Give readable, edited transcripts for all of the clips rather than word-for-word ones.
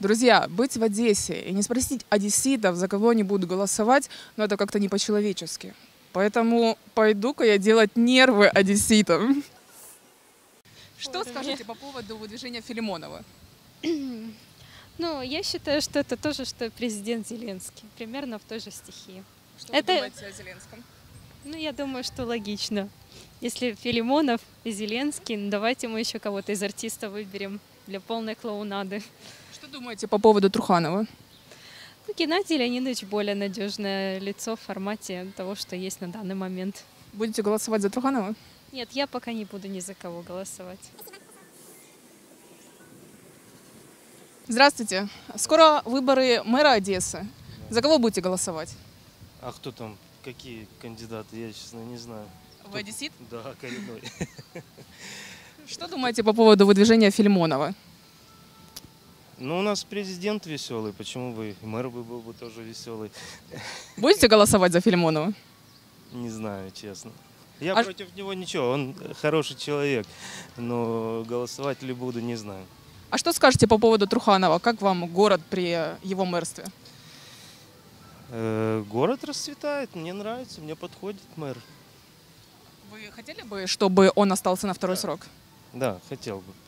Друзья, быть в Одессе и не спросить одесситов, за кого они будут голосовать, ну это как-то не по-человечески. Поэтому пойду-ка я делать нервы одесситам. Что скажете по поводу выдвижения Филимонова? Ну, я считаю, что это тоже, что и президент Зеленский. Примерно в той же стихии. Что вы Это- думаете о Зеленском? Ну, я думаю, что логично. Если Филимонов и Зеленский, ну, давайте мы еще кого-то из артистов выберем для полной клоунады. Что думаете по поводу Труханова? Ну, Геннадий Леонидович более надежное лицо в формате того, что есть на данный момент. Будете голосовать за Труханова? Нет, я пока не буду ни за кого голосовать. Здравствуйте. Скоро выборы мэра Одессы. За кого будете голосовать? А кто там, какие кандидаты, я, честно, не знаю. Вы одессит? Да, коренной. Что думаете по поводу выдвижения Филимонова? Ну, у нас президент веселый, почему бы и мэр бы был бы тоже веселый? Будете голосовать за Филимонова? Не знаю, честно. Я А против него ничего, он хороший человек, но голосовать ли буду, не знаю. А что скажете по поводу Труханова? Как вам город при его мэрстве? Город расцветает, мне нравится, мне подходит мэр. Вы хотели бы, чтобы он остался на второй срок? Да, хотел бы.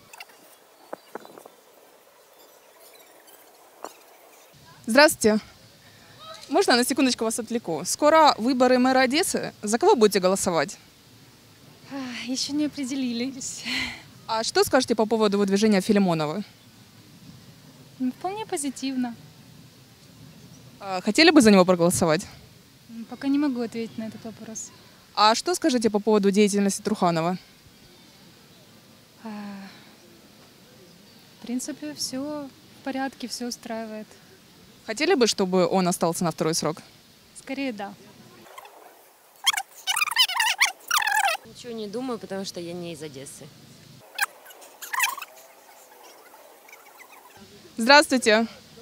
Здравствуйте. Можно на секундочку вас отвлеку? Скоро выборы мэра Одессы. За кого будете голосовать? Еще не определились. А что скажете по поводу выдвижения Филимонова? Вполне позитивно. Хотели бы за него проголосовать? Пока не могу ответить на этот вопрос. А что скажете по поводу деятельности Труханова? В принципе, все в порядке, все устраивает. Хотели бы, чтобы он остался на второй срок? Скорее, да. Ничего не думаю, потому что я не из Одессы. Здравствуйте.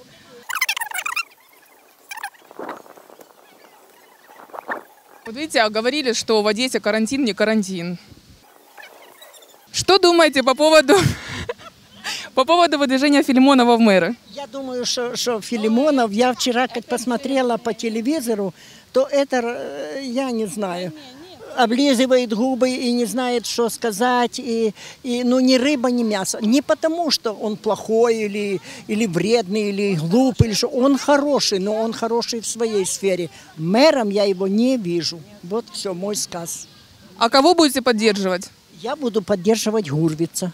Вот видите, говорили, что в Одессе карантин, не карантин. Что думаете по поводу выдвижения Филимонова в мэры? Я думаю, что Филимонов, я вчера как посмотрела по телевизору, то это, я не знаю, облизывает губы и не знает, что сказать, ну ни рыба, ни мясо. Не потому, что он плохой или вредный, или глупый, или что. Он хороший, но он хороший в своей сфере. Мэром я его не вижу. Вот все, мой сказ. А кого будете поддерживать? Я буду поддерживать Гурвица.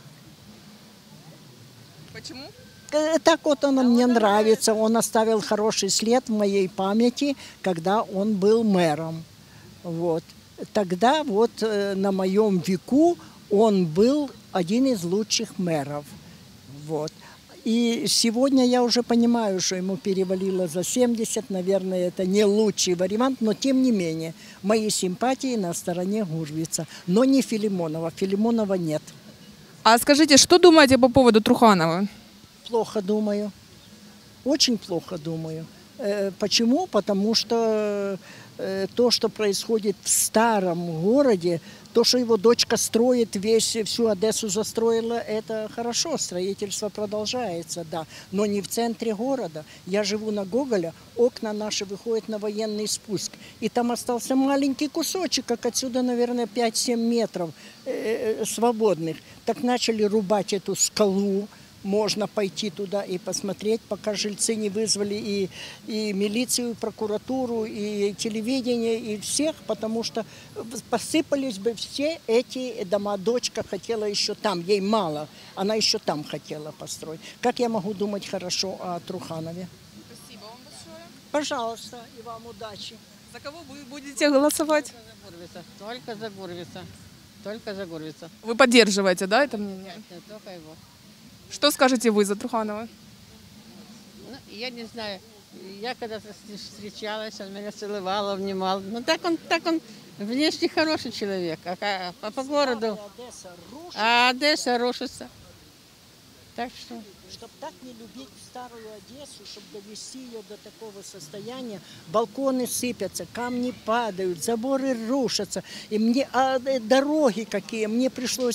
Почему? Так вот он мне нравится. Он оставил хороший след в моей памяти, когда он был мэром. Вот. Тогда вот на моем веку он был один из лучших мэров. Вот. И сегодня я уже понимаю, что ему перевалило за 70. Наверное, это не лучший вариант, но тем не менее, мои симпатии на стороне Гурвица. Но не Филимонова. Филимонова нет. А скажите, что думаете по поводу Труханова? Плохо думаю. Очень плохо думаю. Почему? Потому что то, что происходит в старом городе, то, что его дочка строит, всю Одессу застроила, это хорошо, строительство продолжается, да, но не в центре города. Я живу на Гоголя, окна наши выходят на военный спуск, и там остался маленький кусочек, как отсюда, наверное, 5-7 метров свободных. Так начали рубать эту скалу. Можно пойти туда и посмотреть, пока жильцы не вызвали и милицию, и прокуратуру, и телевидение, и всех, потому что посыпались бы все эти дома. Дочка хотела еще там, ей мало, она еще там хотела построить. Как я могу думать хорошо о Труханове? Спасибо вам большое. Пожалуйста, и вам удачи. За кого вы будете голосовать? Только за Гурвица. Только за Гурвица. Вы поддерживаете, да, это мнение? Нет, только его. Что скажете вы за Труханова? Ну, я не знаю. Я когда-то встречалась, он меня целовал, обнимал. Ну, так он внешне хороший человек. А по городу... А Одесса рушится. Так что... Чтобы так не любить старую Одессу, чтобы довести ее до такого состояния, балконы сыпятся, камни падают, заборы рушатся. И мне дороги какие, мне пришлось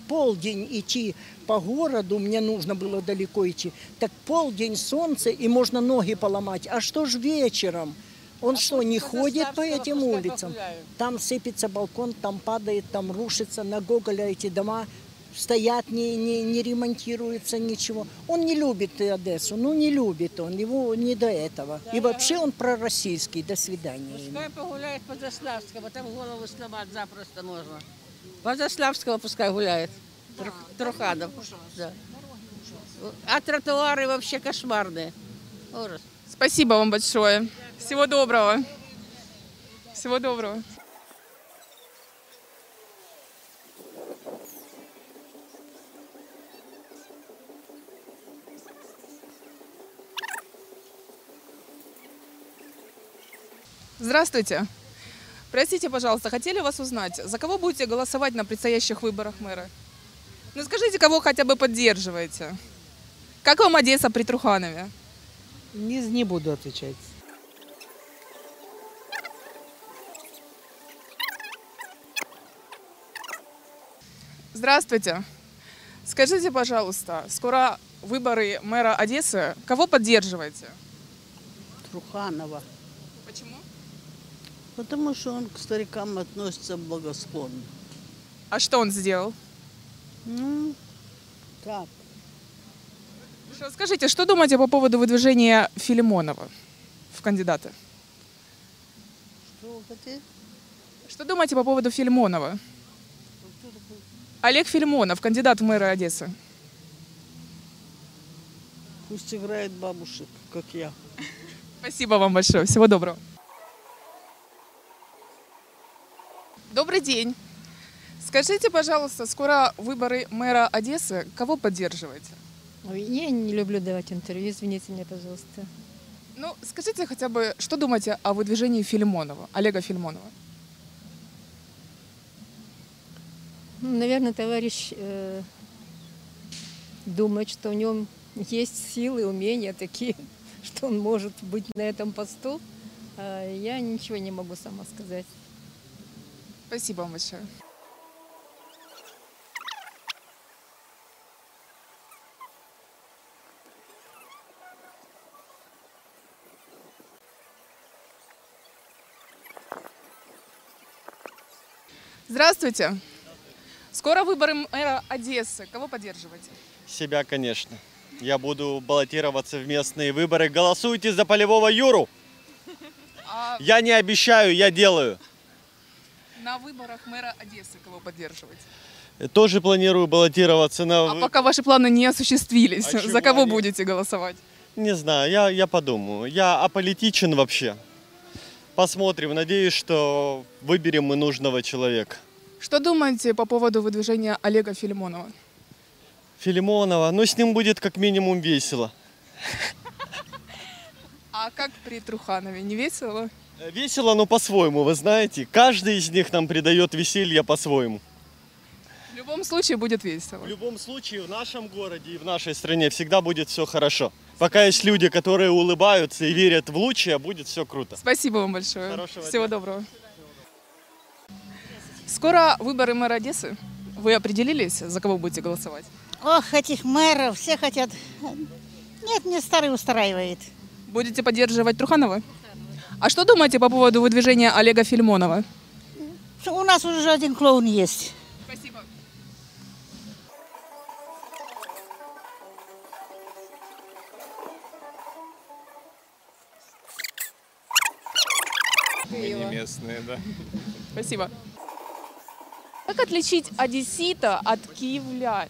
полдень идти по городу, мне нужно было далеко идти, так полдень солнце, и можно ноги поломать. А что ж вечером? Он что, не ходит по этим улицам? Там сыпется балкон, там падает, там рушится. На Гоголя эти дома стоят, не ремонтируются, ничего. Он не любит Одессу, ну не любит он, его не до этого. И вообще он пророссийский. До свидания. Пускай погуляет по Заславскому, там голову сломать запросто можно. По Заславскому пускай гуляет. Труханов. Да. А тротуары вообще кошмарные. Ужас. Спасибо вам большое. Всего доброго. Всего доброго. Здравствуйте. Простите, пожалуйста, хотели вас узнать, за кого будете голосовать на предстоящих выборах мэра? Ну скажите, кого хотя бы поддерживаете? Как вам Одесса при Труханове? Не буду отвечать. Здравствуйте. Скажите, пожалуйста, скоро выборы мэра Одессы. Кого поддерживаете? Труханова. Почему? Потому что он к старикам относится благосклонно. А что он сделал? Ну, так. Скажите, что думаете по поводу выдвижения Филимонова в кандидаты? Что вы хотите? Что думаете по поводу Филимонова? Олег Филимонов, кандидат в мэра Одессы. Пусть играет бабушек, как я. Спасибо вам большое. Всего доброго. Добрый день. Скажите, пожалуйста, скоро выборы мэра Одессы. Кого поддерживаете? Ой, я не люблю давать интервью, извините меня, пожалуйста. Ну, скажите хотя бы, что думаете о выдвижении Филимонова, Олега Филимонова? Наверное, товарищ думает, что в нем есть силы, умения такие, что он может быть на этом посту. А я ничего не могу сама сказать. Спасибо вам большое. Здравствуйте. Скоро выборы мэра Одессы. Кого поддерживаете? Себя, конечно. Я буду баллотироваться в местные выборы. Голосуйте за Полевого Юру. Я не обещаю, я делаю. На выборах мэра Одессы кого поддерживаете? Тоже планирую баллотироваться на... А пока ваши планы не осуществились, А за кого они? будете голосовать? Не знаю, я подумаю. Я аполитичен вообще. Посмотрим. Надеюсь, что выберем мы нужного человека. Что думаете по поводу выдвижения Олега Филимонова? Филимонова. Ну, с ним будет как минимум весело. А как при Труханове? Не весело? Весело, но по-своему, вы знаете. Каждый из них нам придает веселье по-своему. В любом случае будет весело. В любом случае в нашем городе и в нашей стране всегда будет все хорошо. Пока есть люди, которые улыбаются и верят в лучшее, будет все круто. Спасибо вам большое. Хорошего Всего дня. доброго. Скоро выборы мэра Одессы. Вы определились, за кого будете голосовать? Ох, этих мэров, все хотят... Нет, мне старый устраивает. Будете поддерживать Труханова? А что думаете по поводу выдвижения Олега Филимонова? У нас уже один клоун есть. Спасибо. Мы не местные, да. Спасибо. Как отличить одессита от киевлянина?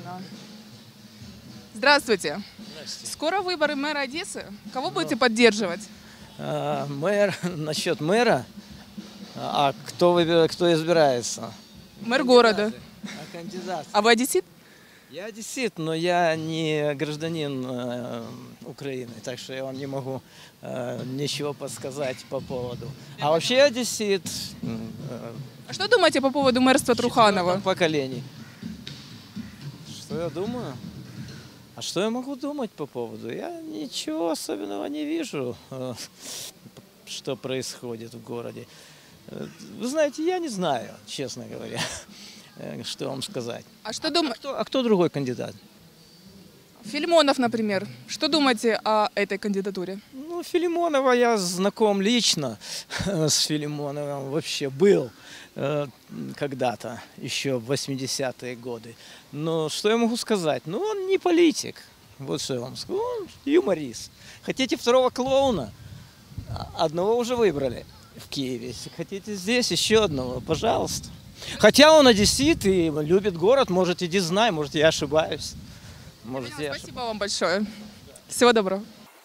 Здравствуйте. Здравствуйте. Скоро выборы мэра Одессы. Кого будете поддерживать? Мэр, насчет мэра, а кто избирается? Мэр города. Кандидат. А вы одессит? Я одессит, но я не гражданин Украины, так что я вам не могу ничего подсказать по поводу. А вообще я одессит. А что думаете по поводу мэрства Труханова? Поколений. Что я думаю? А что я могу думать по поводу? Я ничего особенного не вижу, что происходит в городе. Вы знаете, я не знаю, честно говоря. Что вам сказать? А что думаете? А кто другой кандидат? Филимонов, например. Что думаете о этой кандидатуре? Ну, Филимонова я знаком лично с Филимоновым, вообще был когда-то, еще в 80-е годы. Но что я могу сказать? Ну, он не политик. Вот что я вам скажу. Он юморист. Хотите второго клоуна? Одного уже выбрали в Киеве. Если хотите здесь еще одного, пожалуйста. Хотя он одессит и любит город, может, иди знай, может, я ошибаюсь. Может, Спасибо вам большое. Всего доброго.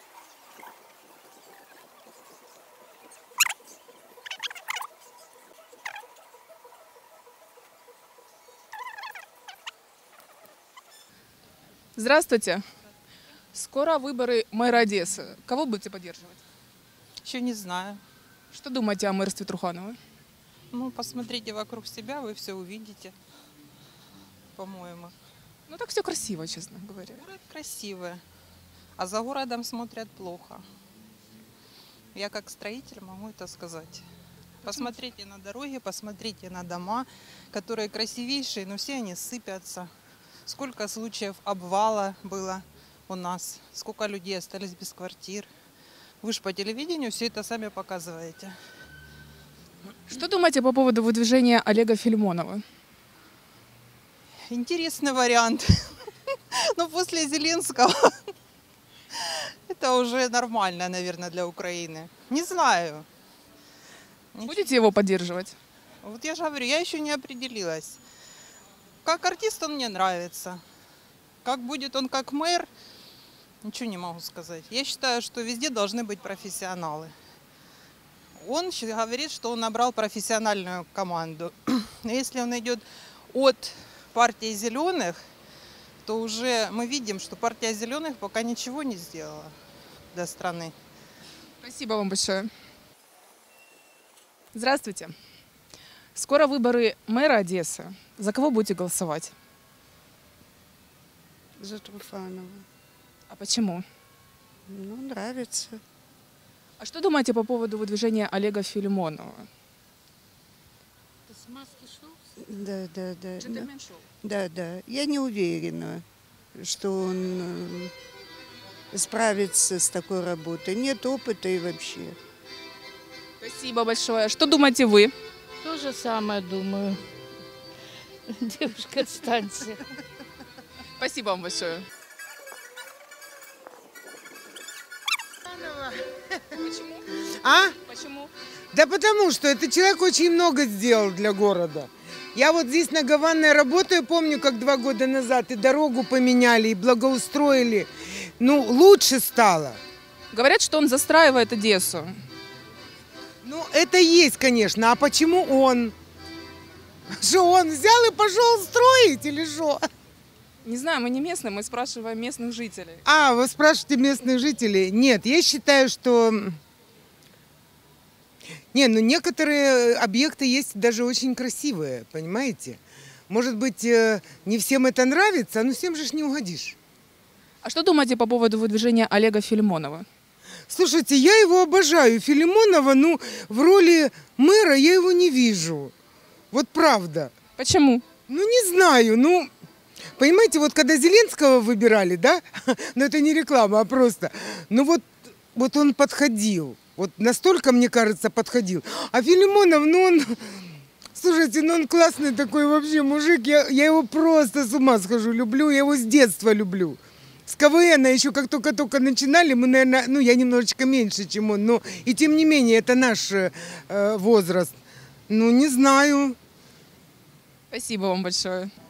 Здравствуйте. Скоро выборы мэра Одессы. Кого будете поддерживать? Еще не знаю. Что думаете о мэрстве Труханова? Ну, посмотрите вокруг себя, вы все увидите, по-моему. Ну, так все красиво, честно говоря. Город красивый, а за городом смотрят плохо. Я как строитель могу это сказать. Посмотрите на дороги, посмотрите на дома, которые красивейшие, но все они сыпятся. Сколько случаев обвала было у нас, сколько людей остались без квартир. Вы же по телевидению все это сами показываете. Что думаете по поводу выдвижения Олега Филимонова? Интересный вариант. Но после Зеленского это уже нормально, наверное, для Украины. Не знаю. Будете его поддерживать? Вот я же говорю, я еще не определилась. Как артист он мне нравится. Как будет он как мэр, ничего не могу сказать. Я считаю, что везде должны быть профессионалы. Он говорит, что он набрал профессиональную команду. Если он идет от партии «Зеленых», то уже мы видим, что партия «Зеленых» пока ничего не сделала для страны. Спасибо вам большое. Здравствуйте. Скоро выборы мэра Одессы. За кого будете голосовать? За Труфанова. А почему? Ну, нравится. А что думаете по поводу выдвижения Олега Филимонова? Да. Джентльмен-шоу. Да. Я не уверена, что он справится с такой работой. Нет опыта и вообще. Спасибо большое. Что думаете вы? То же самое думаю. Девушка, отстаньте. Спасибо вам большое. Почему? А? Почему? Да потому что этот человек очень много сделал для города. Я вот здесь на Гаванной работаю, помню, как 2 года назад и дорогу поменяли, и благоустроили. Ну, лучше стало. Говорят, что он застраивает Одессу. Ну, это есть, конечно. А почему он? Что, он взял и пошел строить или что? Не знаю, мы не местные, мы спрашиваем местных жителей. А, вы спрашиваете местных жителей? Нет, я считаю, что... Не, ну некоторые объекты есть даже очень красивые, понимаете? Может быть, не всем это нравится, но всем же не угодишь. А что думаете по поводу выдвижения Олега Филимонова? Слушайте, я его обожаю. Филимонова, ну, в роли мэра я его не вижу. Вот правда. Почему? Ну, не знаю, ну... Понимаете, вот когда Зеленского выбирали, да? Но это не реклама, а просто... Ну вот он подходил. Вот настолько, мне кажется, подходил. А Филимонов, ну он... Слушайте, ну он классный такой вообще мужик. Я его просто с ума схожу, люблю. Я его с детства люблю. С КВН еще как только начинали, мы, наверное, ну я немножечко меньше, чем он. Но и тем не менее, это наш возраст. Ну, не знаю. Спасибо вам большое.